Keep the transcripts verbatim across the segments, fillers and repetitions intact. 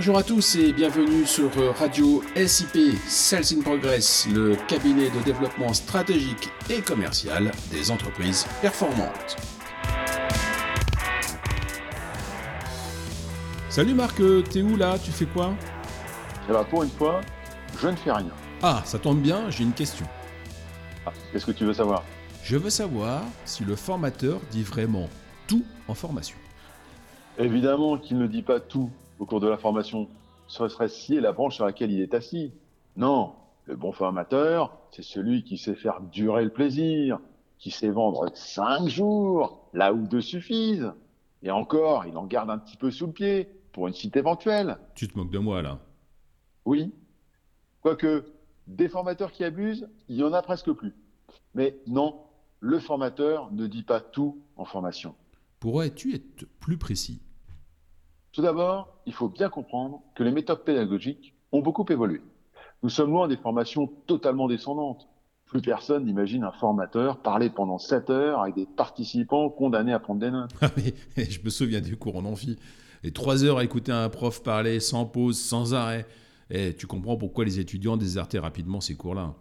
Bonjour à tous et bienvenue sur Radio S I P, Sales in Progress, le cabinet de développement stratégique et commercial des entreprises performantes. Salut Marc, t'es où là? Tu fais quoi? Eh bien, pour une fois, je ne fais rien. Ah, ça tombe bien, j'ai une question. Ah, qu'est-ce que tu veux savoir? Je veux savoir si le formateur dit vraiment tout en formation. Évidemment qu'il ne dit pas tout au cours de la formation. Ce serait scier la branche sur laquelle il est assis. Non, le bon formateur, c'est celui qui sait faire durer le plaisir, qui sait vendre cinq jours, là où deux suffisent. Et encore, il en garde un petit peu sous le pied, pour une suite éventuelle. Tu te moques de moi là. Oui, quoique, des formateurs qui abusent, il y en a presque plus. Mais non, le formateur ne dit pas tout en formation. Pourrais-tu être plus précis? Tout d'abord, il faut bien comprendre que les méthodes pédagogiques ont beaucoup évolué. Nous sommes loin des formations totalement descendantes. Plus personne n'imagine un formateur parler pendant sept heures avec des participants condamnés à prendre des notes. Ah mais je me souviens des cours en amphi. Et trois heures à écouter un prof parler sans pause, sans arrêt. Et tu comprends pourquoi les étudiants désertaient rapidement ces cours-là.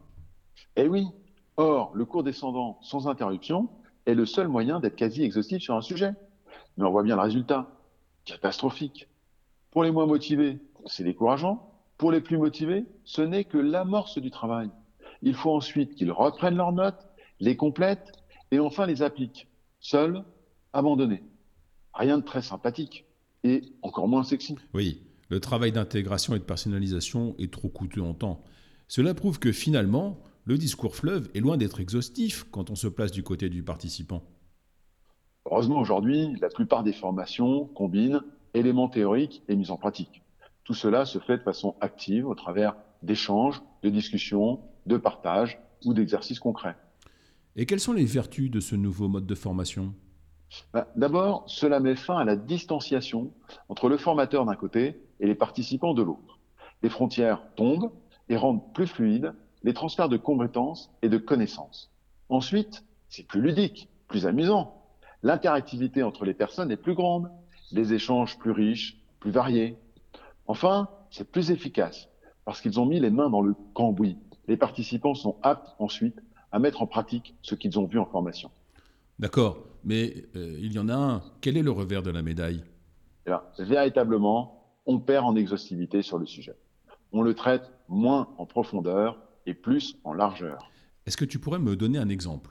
Eh oui, or, le cours descendant sans interruption est le seul moyen d'être quasi exhaustif sur un sujet. Mais on voit bien le résultat. Catastrophique. Pour les moins motivés, c'est décourageant. Pour les plus motivés, ce n'est que l'amorce du travail. Il faut ensuite qu'ils reprennent leurs notes, les complètent et enfin les appliquent. Seuls, abandonnés. Rien de très sympathique et encore moins sexy. Oui, le travail d'intégration et de personnalisation est trop coûteux en temps. Cela prouve que finalement, le discours fleuve est loin d'être exhaustif quand on se place du côté du participant. Heureusement, aujourd'hui, la plupart des formations combinent éléments théoriques et mise en pratique. Tout cela se fait de façon active au travers d'échanges, de discussions, de partages ou d'exercices concrets. Et quelles sont les vertus de ce nouveau mode de formation? Ben, D'abord, cela met fin à la distanciation entre le formateur d'un côté et les participants de l'autre. Les frontières tombent et rendent plus fluides les transferts de compétences et de connaissances. Ensuite, c'est plus ludique, plus amusant. L'interactivité entre les personnes est plus grande, les échanges plus riches, plus variés. Enfin, c'est plus efficace parce qu'ils ont mis les mains dans le cambouis. Les participants sont aptes ensuite à mettre en pratique ce qu'ils ont vu en formation. D'accord, mais euh, il y en a un. Quel est le revers de la médaille? Eh bien, véritablement, on perd en exhaustivité sur le sujet. On le traite moins en profondeur et plus en largeur. Est-ce que tu pourrais me donner un exemple?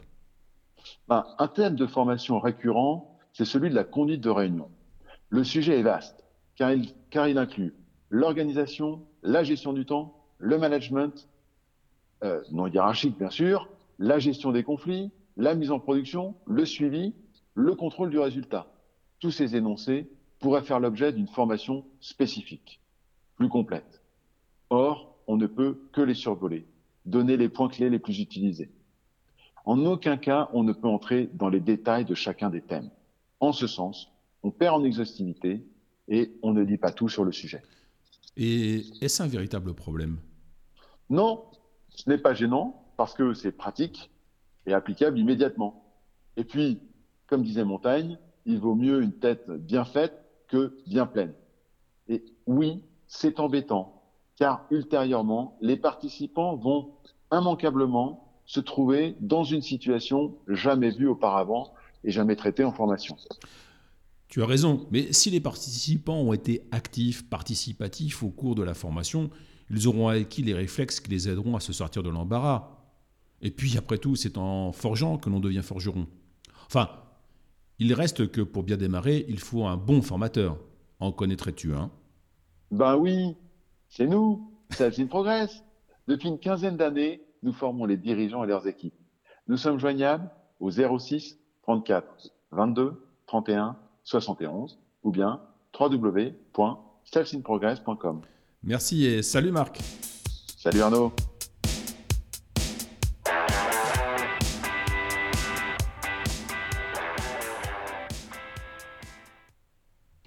Ben, un thème de formation récurrent, c'est celui de la conduite de réunion. Le sujet est vaste, car il, car il inclut l'organisation, la gestion du temps, le management, euh, non hiérarchique bien sûr, la gestion des conflits, la mise en production, le suivi, le contrôle du résultat. Tous ces énoncés pourraient faire l'objet d'une formation spécifique, plus complète. Or, on ne peut que les survoler, donner les points clés les plus utilisés. En aucun cas, on ne peut entrer dans les détails de chacun des thèmes. En ce sens, on perd en exhaustivité et on ne dit pas tout sur le sujet. Et est-ce un véritable problème? Non, ce n'est pas gênant parce que c'est pratique et applicable immédiatement. Et puis, comme disait Montaigne, il vaut mieux une tête bien faite que bien pleine. Et oui, c'est embêtant, car ultérieurement, les participants vont immanquablement se trouver dans une situation jamais vue auparavant et jamais traitée en formation. Tu as raison, mais si les participants ont été actifs, participatifs au cours de la formation, ils auront acquis les réflexes qui les aideront à se sortir de l'embarras. Et puis, après tout, c'est en forgeant que l'on devient forgeron. Enfin, il reste que pour bien démarrer, il faut un bon formateur. En connaîtrais-tu un? Ben oui, c'est nous, Sales in Progress. Depuis une quinzaine d'années, nous formons les dirigeants et leurs équipes. Nous sommes joignables au zéro six trente-quatre vingt-deux trente et un soixante et onze ou bien w w w point sales in progress point com. Merci et salut Marc. Salut Arnaud.